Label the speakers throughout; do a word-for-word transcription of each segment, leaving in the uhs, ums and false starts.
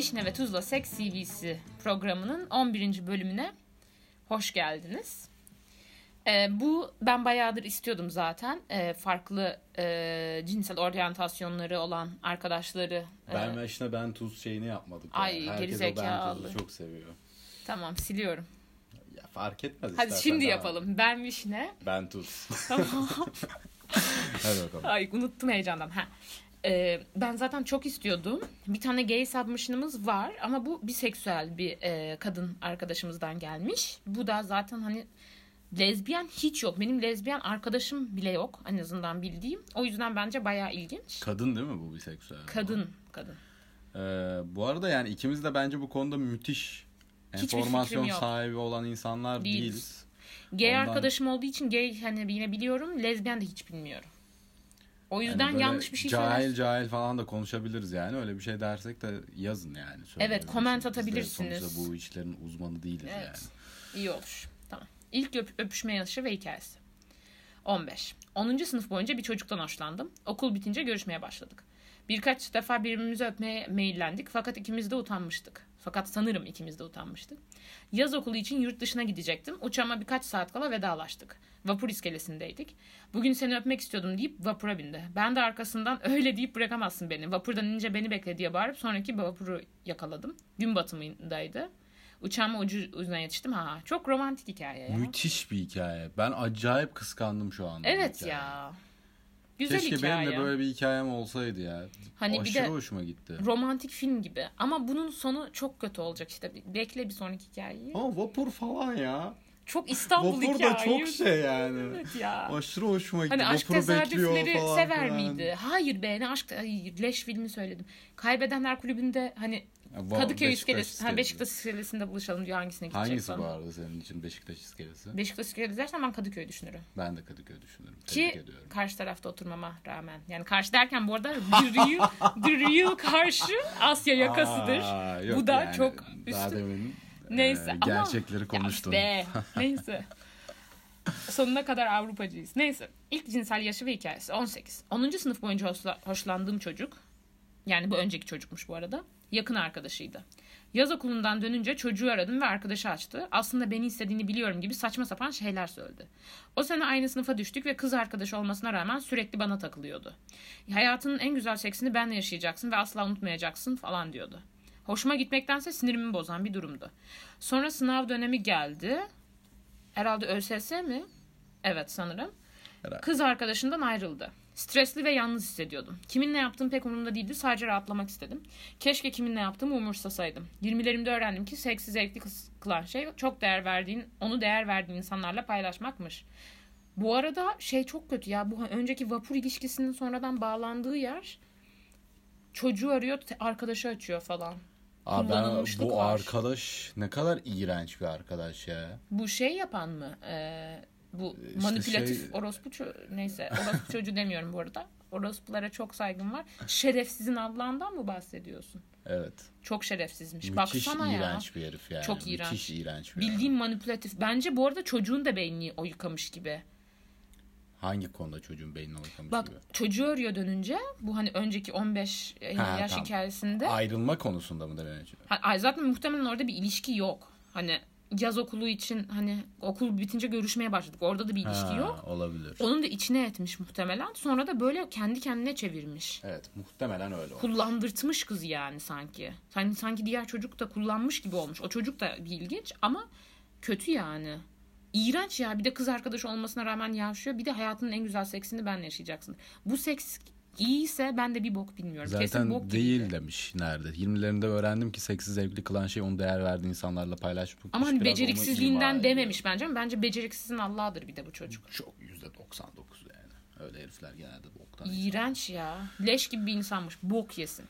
Speaker 1: Vişne ve Tuzla Seks C V'si programının on birinci bölümüne hoş geldiniz. Ee, bu ben bayağıdır istiyordum zaten. Ee, farklı e, cinsel oryantasyonları olan arkadaşları.
Speaker 2: Ben
Speaker 1: e,
Speaker 2: Vişne ben Tuz şeyini yapmadık.
Speaker 1: Ay
Speaker 2: yani. Herkes
Speaker 1: gerizekalı.
Speaker 2: o ben Tuz'u çok seviyor.
Speaker 1: Tamam, siliyorum.
Speaker 2: Ya fark etmez.
Speaker 1: Hadi şimdi yapalım. Ben Vişne.
Speaker 2: Ben Tuz.
Speaker 1: Tamam.
Speaker 2: Hadi bakalım.
Speaker 1: Ay unuttum heyecandan. Ha. Ee, ben zaten çok istiyordum. Bir tane gay submission'ımız var ama bu biseksüel bir e, kadın arkadaşımızdan gelmiş. Bu da zaten hani lezbiyen hiç yok. Benim lezbiyen arkadaşım bile yok en azından bildiğim. O yüzden bence bayağı ilginç.
Speaker 2: Kadın değil mi bu biseksüel?
Speaker 1: Kadın, kadın.
Speaker 2: Ee, bu arada yani ikimiz de bence bu konuda müthiş
Speaker 1: Hiçbir
Speaker 2: enformasyon
Speaker 1: fikrim yok.
Speaker 2: sahibi olan insanlar
Speaker 1: Değiliz.
Speaker 2: değiliz.
Speaker 1: Gay
Speaker 2: Ondan-
Speaker 1: arkadaşım olduğu için gay hani yine biliyorum. Lezbiyen de hiç bilmiyorum. O yüzden
Speaker 2: Yani böyle
Speaker 1: yanlış bir şey
Speaker 2: cahil
Speaker 1: söylersem.
Speaker 2: cahil falan da konuşabiliriz yani. Öyle bir şey dersek de yazın yani.
Speaker 1: Evet, comment
Speaker 2: Biz de
Speaker 1: atabilirsiniz.
Speaker 2: sonuçta bu işlerin uzmanı değiliz
Speaker 1: Evet.
Speaker 2: yani.
Speaker 1: İyi olur. Tamam. İlk öp- öpüşme yaşı ve hikayesi. on beş. onuncu sınıf boyunca bir çocuktan hoşlandım. Okul bitince görüşmeye başladık. Birkaç defa birbirimizi öpmeye meyillendik fakat ikimiz de utanmıştık. Fakat sanırım ikimiz de utanmıştık. Yaz okulu için yurt dışına gidecektim. Uçağıma birkaç saat kala vedalaştık. Vapur iskelesindeydik. Bugün seni öpmek istiyordum deyip vapura bindi. Ben de arkasından öyle deyip bırakamazsın beni. Vapurdan inince beni bekle diye bağırıp sonraki vapuru yakaladım. Gün batımındaydı. Uçağıma ucu ucuna yetiştim. Ha, çok romantik hikaye ya.
Speaker 2: Müthiş bir hikaye. Ben acayip kıskandım şu anda. bu
Speaker 1: Evet
Speaker 2: hikayeyi.
Speaker 1: ya. Güzel
Speaker 2: Keşke
Speaker 1: hikaye.
Speaker 2: benim de böyle bir hikayem olsaydı ya.
Speaker 1: Hani bir
Speaker 2: Aşırı
Speaker 1: de
Speaker 2: hoşuma gitti.
Speaker 1: romantik film gibi. Ama bunun sonu çok kötü olacak işte. Bekle bir sonraki hikayeyi.
Speaker 2: Ama vapur falan ya.
Speaker 1: Çok İstanbul
Speaker 2: Vapur
Speaker 1: hikaye.
Speaker 2: da çok şey yani.
Speaker 1: Evet ya.
Speaker 2: Aşırı hoşuma gitti.
Speaker 1: Hani aşk
Speaker 2: Vapuru bekliyor
Speaker 1: tesadüfleri
Speaker 2: falan
Speaker 1: sever
Speaker 2: filan.
Speaker 1: miydi? Hayır be, ne aşk, hayır, leş filmi söyledim. Kaybedenler Kulübü'nde hani
Speaker 2: Ya, bu
Speaker 1: Kadıköy
Speaker 2: Beşiktaş
Speaker 1: iskelesi, ha,
Speaker 2: iskelesi.
Speaker 1: Beşiktaş iskelesinde buluşalım diyor, hangisine gidecek
Speaker 2: Hangisi
Speaker 1: falan.
Speaker 2: bu arada senin için Beşiktaş iskelesi?
Speaker 1: Beşiktaş iskelesi dersen ben Kadıköy düşünürüm.
Speaker 2: Ben de Kadıköy düşünürüm. Tebrik
Speaker 1: Ki
Speaker 2: ediyorum.
Speaker 1: karşı tarafta oturmama rağmen. Yani karşı derken bu arada the real, the real karşı Asya yakasıdır.
Speaker 2: Aa, yok
Speaker 1: Bu da
Speaker 2: yani,
Speaker 1: çok
Speaker 2: daha
Speaker 1: üstün.
Speaker 2: demin
Speaker 1: Neyse
Speaker 2: e,
Speaker 1: ama
Speaker 2: gerçekleri
Speaker 1: Ya
Speaker 2: konuştun.
Speaker 1: be, neyse. Sonuna kadar Avrupacıyız. Neyse. İlk cinsel yaşı ve hikayesi. on sekiz. onuncu sınıf boyunca hoşla- hoşlandığım çocuk. Yani bu önceki çocukmuş bu arada. Yakın arkadaşıydı. Yaz okulundan dönünce çocuğu aradım ve arkadaşı açtı. Aslında beni istediğini biliyorum gibi saçma sapan şeyler söyledi. O sene aynı sınıfa düştük ve kız arkadaşı olmasına rağmen sürekli bana takılıyordu. Hayatının en güzel seksini benle yaşayacaksın ve asla unutmayacaksın falan diyordu. Hoşuma gitmektense sinirimi bozan bir durumdu. Sonra sınav dönemi geldi. Herhalde ÖSS mi? Evet sanırım.
Speaker 2: Herhalde.
Speaker 1: Kız arkadaşından ayrıldı. Stresli ve yalnız hissediyordum. Kiminle yaptığım pek umurumda değildi. Sadece rahatlamak istedim. Keşke kiminle yaptığımı umursasaydım. yirmilerimde öğrendim ki seksi zevkli kılan şey çok değer verdiğin, onu değer verdiğin insanlarla paylaşmakmış. Bu arada şey çok kötü ya. Bu önceki vapur ilişkisinin sonradan bağlandığı yer, çocuğu arıyor, arkadaşı açıyor falan.
Speaker 2: Abi ben,
Speaker 1: Kullanılmışlık
Speaker 2: bu
Speaker 1: var.
Speaker 2: arkadaş ne kadar iğrenç bir arkadaş ya.
Speaker 1: Bu şey yapan mı? Ee, bu
Speaker 2: İşte
Speaker 1: manipülatif
Speaker 2: şey-
Speaker 1: orospu ço- neyse orospu çocuğu demiyorum bu arada. Orospulara çok saygım var. Şerefsizin Allah'ından mı bahsediyorsun?
Speaker 2: Evet.
Speaker 1: Çok şerefsizmiş.
Speaker 2: Müthiş
Speaker 1: Baksana ya.
Speaker 2: iğrenç bir herif yani.
Speaker 1: Çok iğrenç.
Speaker 2: Müthiş iğrenç bir
Speaker 1: Bildiğin manipülatif. Bence bu arada çocuğun da beynini o yıkamış gibi.
Speaker 2: Hangi konuda çocuğun beynine oynamış
Speaker 1: Bak
Speaker 2: gibi?
Speaker 1: çocuğu arıyor dönünce. Bu hani önceki on beş
Speaker 2: Ha,
Speaker 1: yaş
Speaker 2: tamam.
Speaker 1: hikayesinde.
Speaker 2: Ayrılma konusunda mı demek?
Speaker 1: Ha, ay zaten muhtemelen orada bir ilişki yok. Hani yaz okulu için hani okul bitince görüşmeye başladık. Orada da bir ilişki
Speaker 2: Ha,
Speaker 1: yok.
Speaker 2: olabilir.
Speaker 1: Onun da içine etmiş muhtemelen. Sonra da böyle kendi kendine çevirmiş.
Speaker 2: Evet, muhtemelen öyle oldu.
Speaker 1: Kullandırtmış kızı yani sanki. Hani sanki diğer çocuk da kullanmış gibi olmuş. O çocuk da bir ilginç ama kötü yani. İğrenç ya. Bir de kız arkadaşı olmasına rağmen yavşıyor. Bir de hayatının en güzel seksini benle yaşayacaksın. Bu seks iyiyse ben de bir bok bilmiyorum. Kesin bok
Speaker 2: Zaten
Speaker 1: gibiydi.
Speaker 2: değil demiş nerede. yirmilerinde öğrendim ki seksi zevkli kılan şey onu değer verdiği insanlarla paylaşmak.
Speaker 1: Ama hani
Speaker 2: Biraz
Speaker 1: beceriksizliğinden
Speaker 2: onu ima
Speaker 1: dememiş bence. Ama bence beceriksizin Allah'ıdır bir de bu çocuk.
Speaker 2: ediyor. Çok yüzde doksan dokuz yani. Öyle herifler genelde boktan.
Speaker 1: İğrenç ya. Leş gibi bir insanmış. Bok yesin.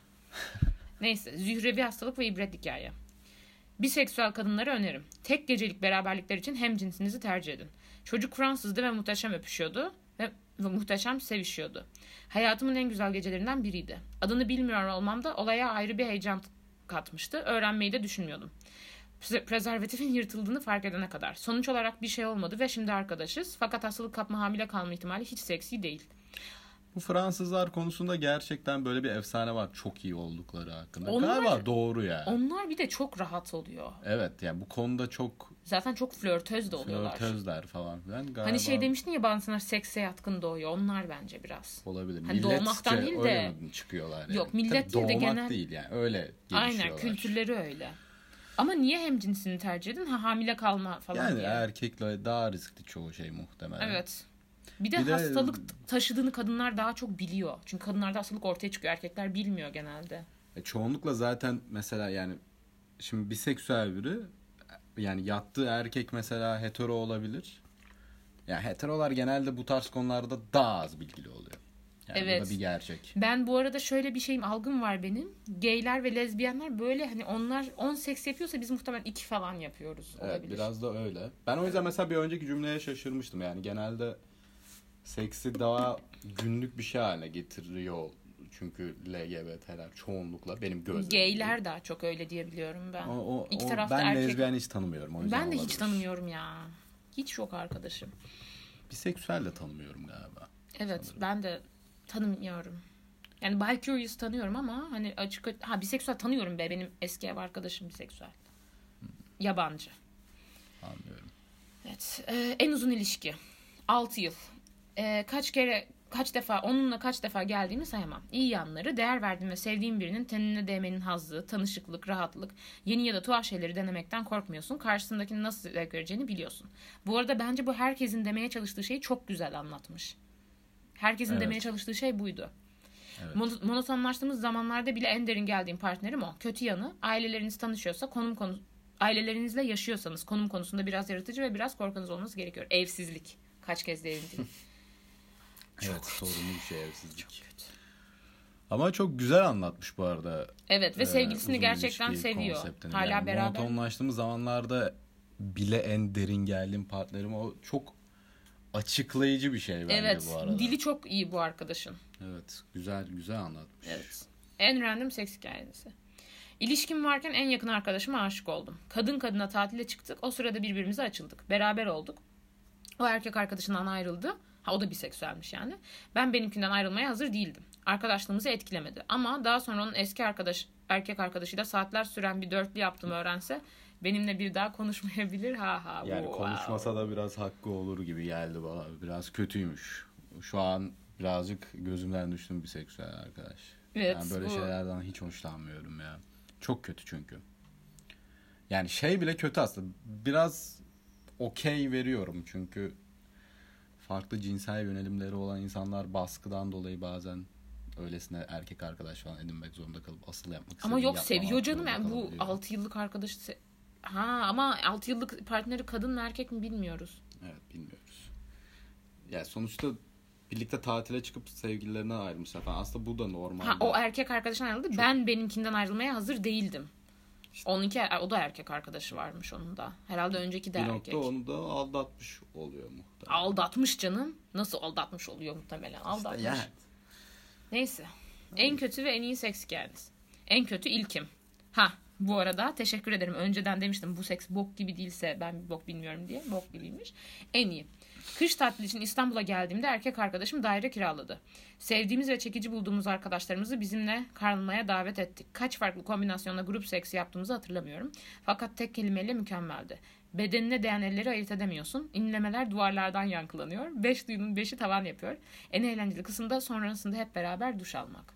Speaker 1: Neyse. Zührevi hastalık ve ibret hikaye. Biseksüel kadınlara önerim. Tek gecelik beraberlikler için hem cinsinizi tercih edin. Çocuk Fransızdı ve muhteşem öpüşüyordu. Ve, ve muhteşem sevişiyordu. Hayatımın en güzel gecelerinden biriydi. Adını bilmiyor olmam da olaya ayrı bir heyecan katmıştı. Öğrenmeyi de düşünmüyordum. Prezervatifin yırtıldığını fark edene kadar. Sonuç olarak bir şey olmadı ve şimdi arkadaşız. Fakat hastalık kapma, hamile kalma ihtimali hiç seksi değil.
Speaker 2: Bu Fransızlar konusunda gerçekten böyle bir efsane var. Çok iyi oldukları hakkında.
Speaker 1: Onlar-
Speaker 2: Galiba doğru yani.
Speaker 1: Onlar bir de çok rahat oluyor.
Speaker 2: Evet yani bu konuda çok
Speaker 1: Zaten çok flörtöz de oluyorlar.
Speaker 2: flörtözler falan filan. Galiba
Speaker 1: Hani şey demiştin ya, bana sana sekse yatkın doğuyor. Onlar bence biraz.
Speaker 2: olabilir.
Speaker 1: Hani
Speaker 2: Milletçe
Speaker 1: doğmaktan değil de-
Speaker 2: öyle mi çıkıyorlar yani?
Speaker 1: Yok, millet
Speaker 2: Tabii
Speaker 1: değil de
Speaker 2: doğmak
Speaker 1: genel-
Speaker 2: değil yani. Öyle
Speaker 1: Aynen,
Speaker 2: gelişiyorlar.
Speaker 1: kültürleri öyle. Ama niye hemcinsini tercih edin? Ha, hamile kalma falan
Speaker 2: Yani
Speaker 1: diye.
Speaker 2: erkekle daha riskli çoğu şey muhtemelen.
Speaker 1: Evet. Bir de
Speaker 2: Bir de-
Speaker 1: hastalık taşıdığını kadınlar daha çok biliyor. Çünkü kadınlarda hastalık ortaya çıkıyor. Erkekler bilmiyor genelde.
Speaker 2: E, çoğunlukla zaten mesela yani şimdi biseksüel biri yani yattığı erkek mesela hetero olabilir. Yani heterolar genelde bu tarz konularda daha az bilgili oluyor. Yani
Speaker 1: Evet.
Speaker 2: bu da bir gerçek.
Speaker 1: Ben bu arada şöyle bir şeyim, algım var benim. Gayler ve lezbiyenler böyle, hani onlar on seks yapıyorsa biz muhtemelen iki falan yapıyoruz.
Speaker 2: Evet,
Speaker 1: Olabilir.
Speaker 2: biraz da öyle. Ben o yüzden mesela bir önceki cümleye şaşırmıştım. Yani genelde seksi daha günlük bir şey haline getiriyor. Çünkü L G B T'ler çoğunlukla benim gözlemim.
Speaker 1: Gayler daha çok öyle diyebiliyorum ben.
Speaker 2: O, o,
Speaker 1: İki
Speaker 2: o-
Speaker 1: tarafta
Speaker 2: ben
Speaker 1: erkek.
Speaker 2: lezbiyen hiç tanımıyorum. O yüzden
Speaker 1: Ben de hiç
Speaker 2: olabilir.
Speaker 1: tanımıyorum ya. Hiç yok arkadaşım.
Speaker 2: Biseksüel de tanımıyorum galiba.
Speaker 1: Evet,
Speaker 2: Sanırım.
Speaker 1: ben de tanımıyorum. Yani bi-curious tanıyorum ama hani açık... Ha, biseksüel tanıyorum be. Benim eski ev arkadaşım biseksüel. Yabancı.
Speaker 2: Anlıyorum.
Speaker 1: Evet. Ee, en uzun ilişki. altı yıl. Ee, kaç kere, kaç defa, onunla kaç defa geldiğimi sayamam. İyi yanları, değer verdiğim ve sevdiğim birinin tenine değmenin hazzı, tanışıklık, rahatlık, yeni ya da tuhaf şeyleri denemekten korkmuyorsun. Karşısındakinin nasıl zevk vereceğini biliyorsun. Bu arada bence bu herkesin demeye çalıştığı şeyi çok güzel anlatmış. Herkesin
Speaker 2: Evet.
Speaker 1: demeye çalıştığı şey buydu.
Speaker 2: Evet.
Speaker 1: Mon- Monotonlaştığımız zamanlarda bile en derin geldiğim partnerim o. Kötü yanı, aileleriniz tanışıyorsa, konum konu ailelerinizle yaşıyorsanız konum konusunda biraz yaratıcı ve biraz korkanız olması gerekiyor. Evsizlik. Kaç kez değindim.
Speaker 2: Evet, sorunlu bir şey evsizlik. Ama çok güzel anlatmış bu arada.
Speaker 1: Evet ve
Speaker 2: Ee,
Speaker 1: sevgilisini
Speaker 2: uzun
Speaker 1: gerçekten
Speaker 2: ilişki
Speaker 1: seviyor.
Speaker 2: konseptini.
Speaker 1: Hala
Speaker 2: Yani
Speaker 1: beraber.
Speaker 2: monotonlaştığımız zamanlarda bile en derin geldiğim partnerim o çok açıklayıcı bir şey bence
Speaker 1: Evet.
Speaker 2: bu arada.
Speaker 1: Dili çok iyi bu arkadaşın.
Speaker 2: Evet, güzel güzel anlatmış.
Speaker 1: Evet. En random seks hikayesi. İlişkim varken en yakın arkadaşıma aşık oldum. Kadın kadına tatile çıktık. O sırada birbirimize açıldık. Beraber olduk. O erkek arkadaşından ayrıldı. Ha, o da biseksüelmiş yani. Ben benimkinden ayrılmaya hazır değildim. Arkadaşlığımızı etkilemedi. Ama daha sonra onun eski arkadaş, erkek arkadaşıyla saatler süren bir dörtlü yaptığımı öğrense benimle bir daha konuşmayabilir. Ha ha.
Speaker 2: Yani
Speaker 1: wow.
Speaker 2: konuşmasa da biraz hakkı olur gibi geldi bana. Biraz kötüymüş. Şu an birazcık gözümden düştüm biseksüel arkadaş.
Speaker 1: Evet,
Speaker 2: Ben böyle
Speaker 1: bu-
Speaker 2: şeylerden hiç hoşlanmıyorum ya. Çok kötü çünkü. Yani şey bile kötü aslında. Biraz okey veriyorum çünkü farklı cinsel yönelimleri olan insanlar baskıdan dolayı bazen öylesine erkek arkadaş falan edinmek zorunda kalıp asıl yapmak
Speaker 1: Ama
Speaker 2: istediği
Speaker 1: yok,
Speaker 2: yapmamak
Speaker 1: seviyor canım.
Speaker 2: zorunda
Speaker 1: Yani bu
Speaker 2: kalabiliyor.
Speaker 1: altı yıllık arkadaşı se- ha, ama altı yıllık partneri kadın mı erkek mi bilmiyoruz.
Speaker 2: Evet, bilmiyoruz. Ya sonuçta birlikte tatile çıkıp sevgililerinden ayrılmışlar falan. Aslında bu da normal.
Speaker 1: Ha, o erkek arkadaşından ayrıldı. Ben benimkinden ayrılmaya hazır değildim.
Speaker 2: İşte-
Speaker 1: Onunki, o da erkek arkadaşı varmış onun da. Herhalde önceki de
Speaker 2: bir
Speaker 1: erkek.
Speaker 2: nokta onu da aldatmış oluyor muhtemelen.
Speaker 1: Aldatmış canım. Nasıl aldatmış oluyor muhtemelen? Aldatmış.
Speaker 2: Yani.
Speaker 1: Neyse. En kötü ve en iyi seks hikayeniz. En kötü ilkim. Ha, bu arada teşekkür ederim. Önceden demiştim bu seks bok gibi değilse ben bir bok bilmiyorum diye. Bok gibiymiş. En iyi. Kış tatili için İstanbul'a geldiğimde erkek arkadaşım daire kiraladı. Sevdiğimiz ve çekici bulduğumuz arkadaşlarımızı bizimle kalmaya davet ettik. Kaç farklı kombinasyonla grup seksi yaptığımızı hatırlamıyorum. Fakat tek kelimeyle mükemmeldi. Bedenine değen elleri ayırt edemiyorsun. İnlemeler duvarlardan yankılanıyor. Beş duyunun beşi tavan yapıyor. En eğlenceli kısım da sonrasında hep beraber duş almak.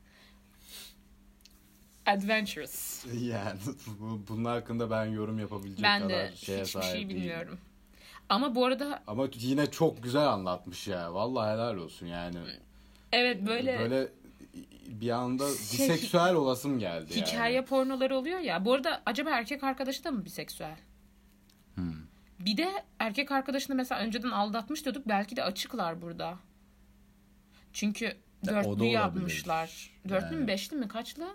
Speaker 1: Adventurous.
Speaker 2: Yani bu, bunun hakkında ben yorum yapabilecek
Speaker 1: Ben
Speaker 2: kadar
Speaker 1: de
Speaker 2: şeye
Speaker 1: hiçbir
Speaker 2: sahip
Speaker 1: şey
Speaker 2: değilim.
Speaker 1: bilmiyorum. Ama bu arada
Speaker 2: Ama yine çok güzel anlatmış ya. Vallahi helal olsun yani.
Speaker 1: evet böyle,
Speaker 2: Böyle bir anda
Speaker 1: Şey,
Speaker 2: biseksüel olasım geldi yani.
Speaker 1: hikaye pornoları oluyor ya. Bu arada acaba erkek arkadaşı da mı biseksüel?
Speaker 2: Hmm.
Speaker 1: Bir de erkek arkadaşını mesela önceden aldatmış diyorduk. Belki de açıklar burada. Çünkü
Speaker 2: Ya, o da
Speaker 1: dörtlü
Speaker 2: olabilir.
Speaker 1: yapmışlar. Dörtlü
Speaker 2: Yani.
Speaker 1: mü beşli mi kaçlı?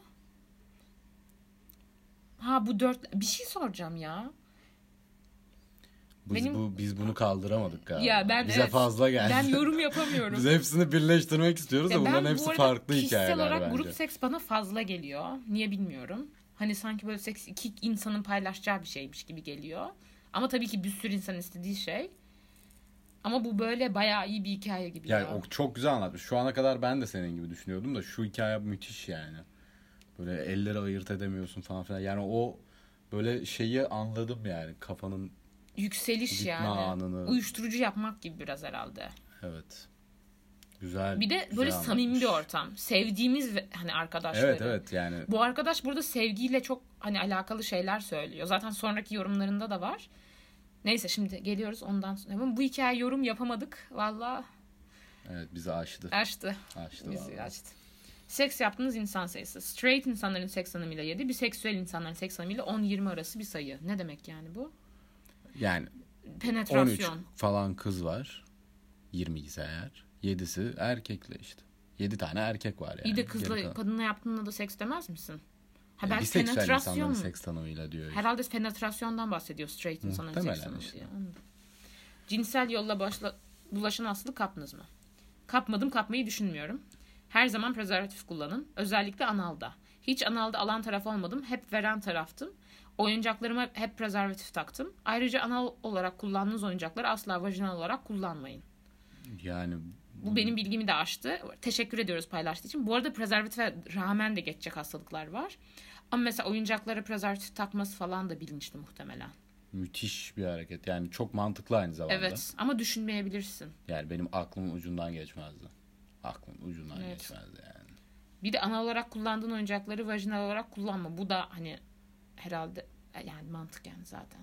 Speaker 1: Ha, bu dört... Bir şey soracağım ya.
Speaker 2: Biz,
Speaker 1: Benim-
Speaker 2: bu, biz bunu kaldıramadık galiba.
Speaker 1: Ya ben
Speaker 2: Bize
Speaker 1: evet,
Speaker 2: fazla geldi.
Speaker 1: Ben yorum yapamıyorum.
Speaker 2: Biz hepsini birleştirmek istiyoruz
Speaker 1: Ya
Speaker 2: da
Speaker 1: ben
Speaker 2: bunların
Speaker 1: bu
Speaker 2: hepsi
Speaker 1: arada
Speaker 2: farklı
Speaker 1: kişisel
Speaker 2: hikayeler
Speaker 1: olarak
Speaker 2: bence.
Speaker 1: grup seks bana fazla geliyor. Niye bilmiyorum. Hani sanki böyle seks iki insanın paylaşacağı bir şeymiş gibi geliyor. Ama tabii ki bir sürü insan istediği şey. Ama bu böyle bayağı iyi bir hikaye gibi
Speaker 2: Yani
Speaker 1: ya.
Speaker 2: o çok güzel anlatmış. Şu ana kadar ben de senin gibi düşünüyordum da şu hikaye müthiş yani. Böyle elleri ayırt edemiyorsun falan filan. Yani o böyle şeyi anladım yani, kafanın
Speaker 1: Yükseliş
Speaker 2: gitme
Speaker 1: yani.
Speaker 2: anını.
Speaker 1: Uyuşturucu yapmak gibi biraz herhalde.
Speaker 2: Evet. Güzel.
Speaker 1: Bir de
Speaker 2: güzel
Speaker 1: böyle
Speaker 2: anlatmış.
Speaker 1: samimi bir ortam. Sevdiğimiz ve hani arkadaşları.
Speaker 2: Evet evet yani.
Speaker 1: Bu arkadaş burada sevgiyle çok hani alakalı şeyler söylüyor. Zaten sonraki yorumlarında da var. Neyse şimdi geliyoruz ondan sonra. Ama bu hikaye yorum yapamadık. Valla
Speaker 2: Evet, bizi aştı.
Speaker 1: açtı.
Speaker 2: Aştı
Speaker 1: Bizi
Speaker 2: vallahi.
Speaker 1: açtı. Seks yaptığınız insan sayısı. Straight insanların seks tanımıyla yedi. Biseksüel insanların seks tanımıyla on yirmi arası bir sayı. Ne demek yani bu?
Speaker 2: Yani on üç
Speaker 1: Penetrasyon.
Speaker 2: falan kız var. yirmi ise eğer. yedisi erkekle işte. yedi tane erkek var yani.
Speaker 1: İyi de
Speaker 2: Geri
Speaker 1: kızla
Speaker 2: kalan-
Speaker 1: kadınla yaptığında da seks demez misin? Ha
Speaker 2: Yani
Speaker 1: belki
Speaker 2: biseksüel
Speaker 1: penetrasyon
Speaker 2: insanların
Speaker 1: mu?
Speaker 2: seks tanımıyla diyor. işte.
Speaker 1: Herhalde penetrasyondan bahsediyor straight insanların seks
Speaker 2: Muhtemelen
Speaker 1: tanımı
Speaker 2: işte.
Speaker 1: diye. Anladım. Cinsel yolla başla, bulaşan hastalık kaptınız mı? Kapmadım, kapmayı düşünmüyorum. Her zaman prezervatif kullanın. Özellikle analda. Hiç analda alan taraf olmadım. Hep veren taraftım. Oyuncaklarıma hep prezervatif taktım. Ayrıca anal olarak kullandığınız oyuncakları asla vajinal olarak kullanmayın.
Speaker 2: Yani
Speaker 1: Bu benim bilgimi de aştı. Teşekkür ediyoruz paylaştığı için. Bu arada prezervatife rağmen de geçecek hastalıklar var. Ama mesela oyuncaklara prezervatif takması falan da bilinçli muhtemelen.
Speaker 2: müthiş bir hareket. Yani çok mantıklı aynı zamanda.
Speaker 1: Evet ama düşünmeyebilirsin.
Speaker 2: Yani benim aklımın ucundan geçmezdi. Aklımın ucundan
Speaker 1: Evet.
Speaker 2: geçmezdi yani.
Speaker 1: Bir de ana olarak kullandığın oyuncakları vajinal olarak kullanma. Bu da hani herhalde yani mantık yani zaten.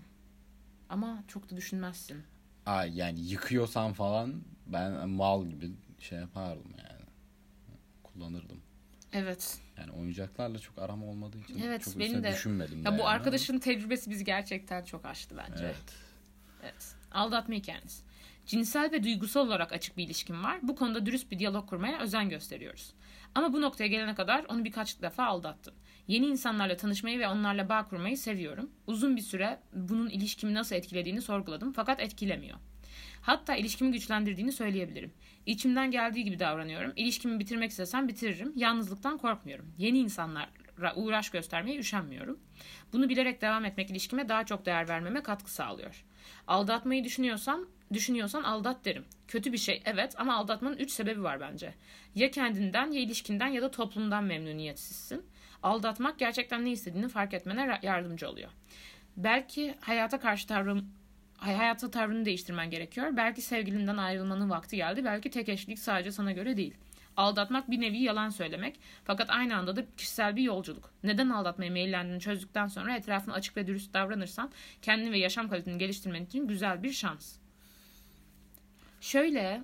Speaker 1: Ama çok da düşünmezsin.
Speaker 2: Aa, yani yıkıyorsan falan ben mal gibi şey yapardım yani. Kullanırdım.
Speaker 1: Evet.
Speaker 2: Yani oyuncaklarla çok aram olmadığı için
Speaker 1: Evet,
Speaker 2: çok
Speaker 1: benim
Speaker 2: üstüne
Speaker 1: de.
Speaker 2: düşünmedim de
Speaker 1: Ya bu
Speaker 2: yani.
Speaker 1: arkadaşın tecrübesi bizi gerçekten çok aştı bence.
Speaker 2: Evet.
Speaker 1: Evet. Aldatma hikayeniz. Cinsel ve duygusal olarak açık bir ilişkim var. Bu konuda dürüst bir diyalog kurmaya özen gösteriyoruz. Ama bu noktaya gelene kadar onu birkaç defa aldattım. Yeni insanlarla tanışmayı ve onlarla bağ kurmayı seviyorum. Uzun bir süre bunun ilişkimi nasıl etkilediğini sorguladım fakat etkilemiyor. Hatta ilişkimi güçlendirdiğini söyleyebilirim. İçimden geldiği gibi davranıyorum. İlişkimi bitirmek istesem bitiririm. Yalnızlıktan korkmuyorum. Yeni insanlara uğraş göstermeye üşenmiyorum. Bunu bilerek devam etmek ilişkime daha çok değer vermeme katkı sağlıyor. Aldatmayı düşünüyorsan, düşünüyorsan aldat derim. Kötü bir şey evet ama aldatmanın üç sebebi var bence. Ya kendinden ya ilişkinden ya da toplumdan memnuniyetsizsin. Aldatmak gerçekten ne istediğini fark etmene yardımcı oluyor. Belki hayata karşı tavrım hayata tavrını değiştirmen gerekiyor. Belki sevgilinden ayrılmanın vakti geldi. Belki tek eşlilik sadece sana göre değil. Aldatmak bir nevi yalan söylemek. Fakat aynı anda da kişisel bir yolculuk. Neden aldatmaya meyillendiğini çözdükten sonra etrafına açık ve dürüst davranırsan kendini ve yaşam kaliteni geliştirmen için güzel bir şans. Şöyle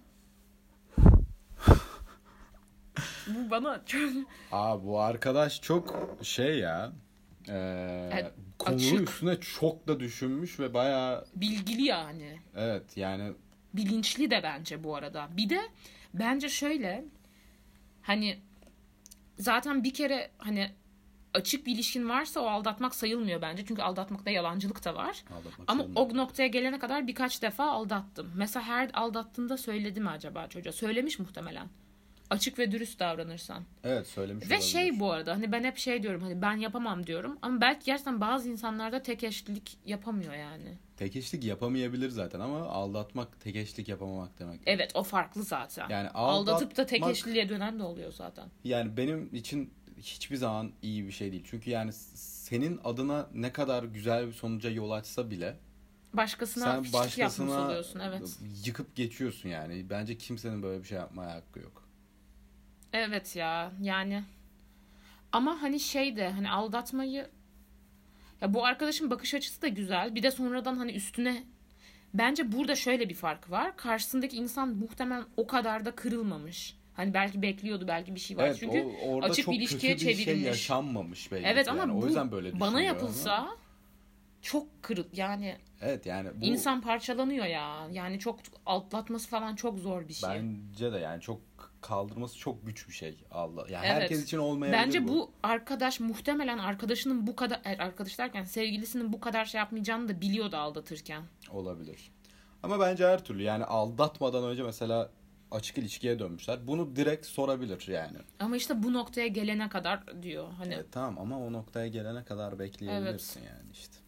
Speaker 1: bu bana çok
Speaker 2: Aa, bu arkadaş çok şey ya. Ee,
Speaker 1: Evet,
Speaker 2: konunun
Speaker 1: açık.
Speaker 2: üstüne çok da düşünmüş ve bayağı
Speaker 1: bilgili yani.
Speaker 2: evet yani
Speaker 1: Bilinçli de bence bu arada. Bir de bence şöyle hani zaten bir kere hani açık bir ilişkin varsa o aldatmak sayılmıyor bence. Çünkü aldatmakta yalancılık da var.
Speaker 2: aldatmak
Speaker 1: Ama
Speaker 2: sayılmıyor.
Speaker 1: o noktaya gelene kadar birkaç defa aldattım. Mesela her aldattığında söyledi mi acaba çocuğa? Söylemiş muhtemelen. Açık ve dürüst davranırsan.
Speaker 2: Evet, söylemiş
Speaker 1: Ve
Speaker 2: olabilir.
Speaker 1: şey bu arada hani ben hep şey diyorum hani ben yapamam diyorum. Ama belki gerçekten bazı insanlarda tek eşlilik yapamıyor yani.
Speaker 2: Tek eşlik yapamayabilir zaten ama aldatmak tek eşlik yapamamak demek.
Speaker 1: Evet o farklı zaten.
Speaker 2: Yani
Speaker 1: Aldatıp da tek
Speaker 2: aldatmak-
Speaker 1: eşliliğe dönen de oluyor zaten.
Speaker 2: Yani benim için hiçbir zaman iyi bir şey değil. Çünkü yani senin adına ne kadar güzel bir sonuca yol açsa bile
Speaker 1: Başkasına
Speaker 2: sen
Speaker 1: fişlik yapmış
Speaker 2: başkasına
Speaker 1: oluyorsun evet.
Speaker 2: yıkıp geçiyorsun yani. Bence kimsenin böyle bir şey yapmaya hakkı yok.
Speaker 1: Evet ya yani ama hani şey de hani aldatmayı ya bu arkadaşın bakış açısı da güzel. Bir de sonradan hani üstüne bence burada şöyle bir fark var. Karşısındaki insan muhtemelen o kadar da kırılmamış. Hani belki bekliyordu belki bir şey var.
Speaker 2: Evet,
Speaker 1: Çünkü
Speaker 2: o, orada
Speaker 1: açık
Speaker 2: çok
Speaker 1: bir ilişkiye
Speaker 2: kötü bir şey
Speaker 1: çevrilmiş.
Speaker 2: yaşanmamış belki.
Speaker 1: Evet
Speaker 2: yani.
Speaker 1: ama
Speaker 2: o
Speaker 1: bu
Speaker 2: yüzden böyle
Speaker 1: bana
Speaker 2: düşünüyor
Speaker 1: yapılsa
Speaker 2: ama.
Speaker 1: çok kırıl yani
Speaker 2: Evet yani bu
Speaker 1: insan parçalanıyor ya. Yani çok atlatması falan çok zor bir şey.
Speaker 2: bence de yani çok kaldırması çok güç bir şey. Allah. Yani
Speaker 1: Evet.
Speaker 2: herkes için olmayabilir
Speaker 1: Bence
Speaker 2: bu.
Speaker 1: bu arkadaş muhtemelen arkadaşının bu kadar er, arkadaş derken sevgilisinin bu kadar şey yapmayacağını da biliyordu aldatırken.
Speaker 2: Olabilir. Ama bence her türlü yani aldatmadan önce mesela açık ilişkiye dönmüşler. Bunu direkt sorabilir yani.
Speaker 1: Ama işte bu noktaya gelene kadar diyor. Hani
Speaker 2: Evet, tamam ama o noktaya gelene kadar bekleyebilirsin yani işte.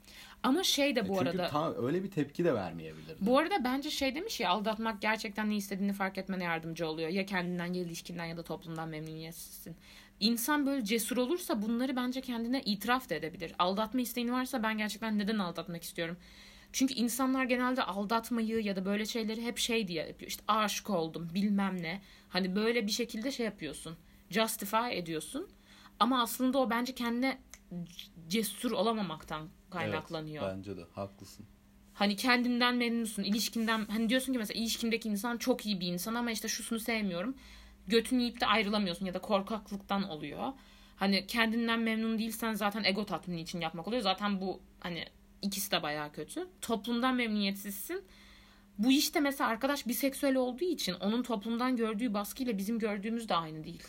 Speaker 1: Ama şey de bu
Speaker 2: Çünkü
Speaker 1: arada.
Speaker 2: tam öyle bir tepki de vermeyebilirdi.
Speaker 1: Bu arada bence şey demiş ya, aldatmak gerçekten ne istediğini fark etmene yardımcı oluyor. Ya kendinden ya ilişkinden ya da toplumdan memnuniyetsizsin. İnsan böyle cesur olursa bunları bence kendine itiraf da edebilir. Aldatma isteğin varsa ben gerçekten neden aldatmak istiyorum? Çünkü insanlar genelde aldatmayı ya da böyle şeyleri hep şey diye yapıyor. İşte aşık oldum bilmem ne. Hani böyle bir şekilde şey yapıyorsun. Justify ediyorsun. Ama aslında o bence kendine cesur olamamaktan kaynaklanıyor.
Speaker 2: Evet, bence de haklısın.
Speaker 1: Hani kendinden memnunsun, ilişkinden, hani diyorsun ki mesela ilişkimdeki insan çok iyi bir insan ama işte şusunu sevmiyorum. Götünü yiyip de ayrılamıyorsun ya da korkaklıktan oluyor. Hani kendinden memnun değilsen zaten ego tatmini için yapmak oluyor. Zaten bu hani ikisi de bayağı kötü. Toplumdan memnuniyetsizsin. Bu işte mesela arkadaş biseksüel olduğu için onun toplumdan gördüğü baskıyla bizim gördüğümüz de aynı değil.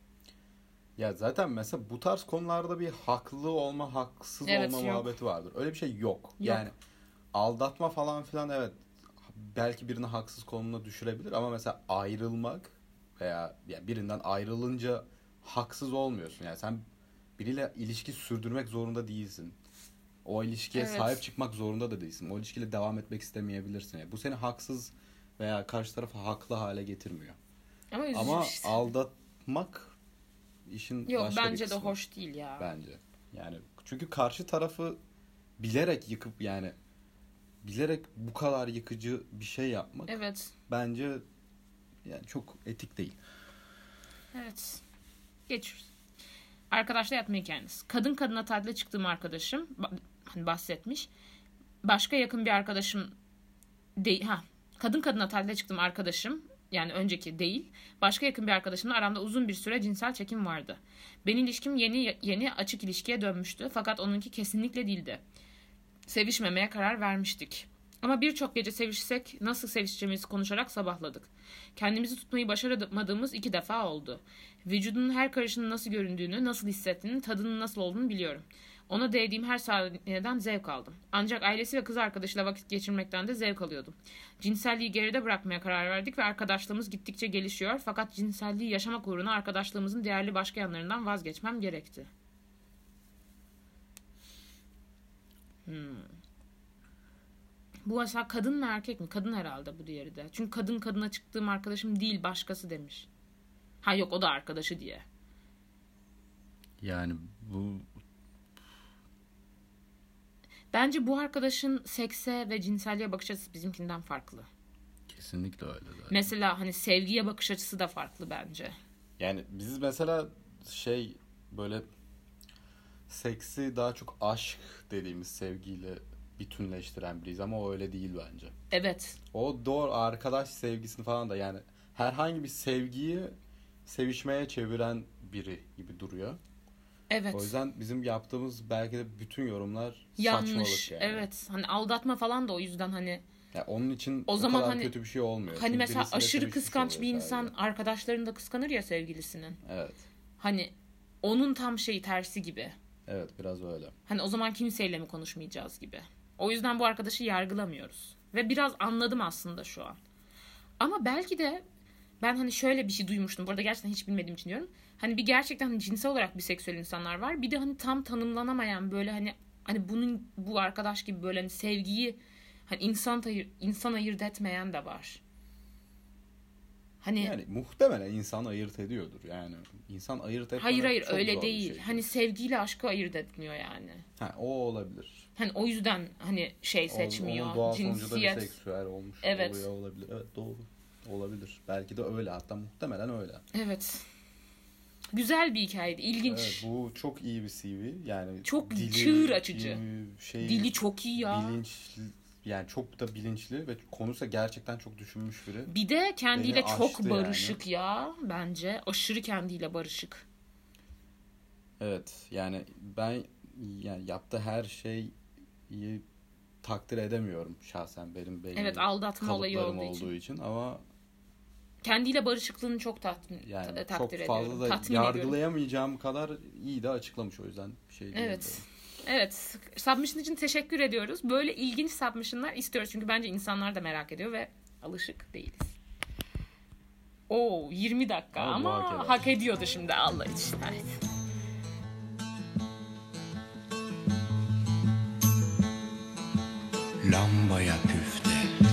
Speaker 2: Ya zaten mesela bu tarz konularda bir haklı olma, haksız
Speaker 1: Evet,
Speaker 2: olma
Speaker 1: yok.
Speaker 2: muhabbeti vardır. Öyle bir şey yok.
Speaker 1: Yok.
Speaker 2: Yani aldatma falan filan evet belki birini haksız konumuna düşürebilir ama mesela ayrılmak veya yani birinden ayrılınca haksız olmuyorsun. Yani sen biriyle ilişki sürdürmek zorunda değilsin. O ilişkiye
Speaker 1: Evet.
Speaker 2: sahip çıkmak zorunda da değilsin. O ilişkiyle devam etmek istemeyebilirsin. Yani bu seni haksız veya karşı tarafı haklı hale getirmiyor.
Speaker 1: Ama üzücü
Speaker 2: Ama
Speaker 1: işte.
Speaker 2: aldatmak işin
Speaker 1: Yok
Speaker 2: başka bir
Speaker 1: bence de
Speaker 2: kısmı.
Speaker 1: hoş değil ya.
Speaker 2: Bence. Yani çünkü karşı tarafı bilerek yıkıp yani bilerek bu kadar yıkıcı bir şey yapmak
Speaker 1: Evet.
Speaker 2: bence yani çok etik değil.
Speaker 1: Evet. Geçiyoruz. Arkadaşla yatma hikayeniz. Kadın kadına tatile çıktığım arkadaşım hani bahsetmiş. Başka yakın bir arkadaşım değil. Ha, kadın kadına tatile çıktığım arkadaşım yani önceki değil. Başka yakın bir arkadaşımla aramda uzun bir süre cinsel çekim vardı. Benim ilişkim yeni yeni açık ilişkiye dönmüştü. Fakat onunki kesinlikle değildi. Sevişmemeye karar vermiştik. Ama birçok gece sevişsek nasıl sevişeceğimizi konuşarak sabahladık. Kendimizi tutmayı başaramadığımız iki defa oldu. Vücudunun her karışının nasıl göründüğünü, nasıl hissettiğini, tadının nasıl olduğunu biliyorum. Ona değdiğim her saniyeden zevk aldım. Ancak ailesi ve kız arkadaşıyla vakit geçirmekten de zevk alıyordum. Cinselliği geride bırakmaya karar verdik ve arkadaşlığımız gittikçe gelişiyor. Fakat cinselliği yaşamak uğruna arkadaşlığımızın değerli başka yanlarından vazgeçmem gerekti. Hmm. Bu mesela kadın mı erkek mi? Kadın herhalde bu diğeri de. Çünkü kadın kadına çıktığım arkadaşım değil başkası demiş. Ha yok o da arkadaşı diye.
Speaker 2: Yani bu
Speaker 1: Bence bu arkadaşın sekse ve cinselliğe bakış açısı bizimkinden farklı.
Speaker 2: kesinlikle öyle zaten.
Speaker 1: Mesela hani sevgiye bakış açısı da farklı bence.
Speaker 2: Yani biz mesela şey böyle seksi daha çok aşk dediğimiz sevgiyle bütünleştiren biriyiz ama o öyle değil bence.
Speaker 1: Evet.
Speaker 2: O doğru arkadaş sevgisini falan da yani herhangi bir sevgiyi sevişmeye çeviren biri gibi duruyor.
Speaker 1: Evet.
Speaker 2: O yüzden bizim yaptığımız belki de bütün yorumlar
Speaker 1: yanlış.
Speaker 2: saçmalık yani.
Speaker 1: Evet. Hani aldatma falan da o yüzden hani.
Speaker 2: Yani onun için
Speaker 1: O
Speaker 2: o
Speaker 1: zaman
Speaker 2: kadar
Speaker 1: hani,
Speaker 2: kötü bir şey olmuyor.
Speaker 1: Hani
Speaker 2: Çünkü
Speaker 1: mesela
Speaker 2: birisiyle
Speaker 1: aşırı
Speaker 2: sevişmiş
Speaker 1: kıskanç bir
Speaker 2: oluyor
Speaker 1: insan
Speaker 2: sadece.
Speaker 1: arkadaşlarını da kıskanır ya sevgilisinin.
Speaker 2: Evet.
Speaker 1: Hani onun tam şeyi tersi gibi.
Speaker 2: Evet biraz öyle.
Speaker 1: Hani o zaman kimseyle mi konuşmayacağız gibi. O yüzden bu arkadaşı yargılamıyoruz. Ve biraz anladım aslında şu an. Ama belki de ben hani şöyle bir şey duymuştum. Bu arada gerçekten hiç bilmediğim için diyorum. Hani bir gerçekten hani cinsel olarak biseksüel insanlar var. Bir de hani tam tanımlanamayan böyle hani hani bunun bu arkadaş gibi böyle hani sevgiyi hani insan tayır, insan ayırt etmeyen de var. Hani
Speaker 2: Yani muhtemelen insan ayırt ediyordur. Yani insan ayırt etmemek
Speaker 1: hayır hayır
Speaker 2: çok
Speaker 1: öyle
Speaker 2: zor bir
Speaker 1: değil.
Speaker 2: şey.
Speaker 1: Hani sevgiyle aşkı ayırt etmiyor yani.
Speaker 2: Ha, o olabilir.
Speaker 1: Hani o yüzden hani şey seçmiyor.
Speaker 2: Onun doğal sonucu da
Speaker 1: cinsiyet.
Speaker 2: biseksüel olmuş
Speaker 1: Evet.
Speaker 2: oluyor olabilir. Evet doğru. Olabilir. Belki de öyle. Hatta muhtemelen öyle.
Speaker 1: Evet. Güzel bir hikayeydi. İlginç.
Speaker 2: Evet, bu çok iyi bir C V. Yani
Speaker 1: Çok
Speaker 2: dili,
Speaker 1: çığır açıcı.
Speaker 2: Şey,
Speaker 1: Dili çok iyi ya.
Speaker 2: Bilinçli, yani çok da bilinçli ve konusu gerçekten çok düşünmüş biri.
Speaker 1: Bir de kendiyle
Speaker 2: Beni
Speaker 1: çok
Speaker 2: aştı
Speaker 1: barışık ya bence. Aşırı kendiyle barışık.
Speaker 2: Evet yani ben yani yaptığı her şeyi takdir edemiyorum şahsen benim belli
Speaker 1: Evet, aldatma olayı
Speaker 2: kalıplarım
Speaker 1: olduğu
Speaker 2: olduğu
Speaker 1: için.
Speaker 2: için ama
Speaker 1: Kendiyle barışıklığını çok tatmin,
Speaker 2: yani
Speaker 1: ta-
Speaker 2: çok
Speaker 1: takdir
Speaker 2: fazla
Speaker 1: ediyorum.
Speaker 2: da
Speaker 1: Tatmin
Speaker 2: yargılayamayacağım kadar iyi de açıklamış o yüzden bir şey değil.
Speaker 1: Evet. Evet. Submission için teşekkür ediyoruz. Böyle ilginç submission'lar istiyoruz. Çünkü bence insanlar da merak ediyor ve alışık değiliz. Oo yirmi dakika
Speaker 2: Ama bu
Speaker 1: ama
Speaker 2: hak eder.
Speaker 1: hak ediyordu şimdi Allah için. Evet.
Speaker 3: lambaya küfte.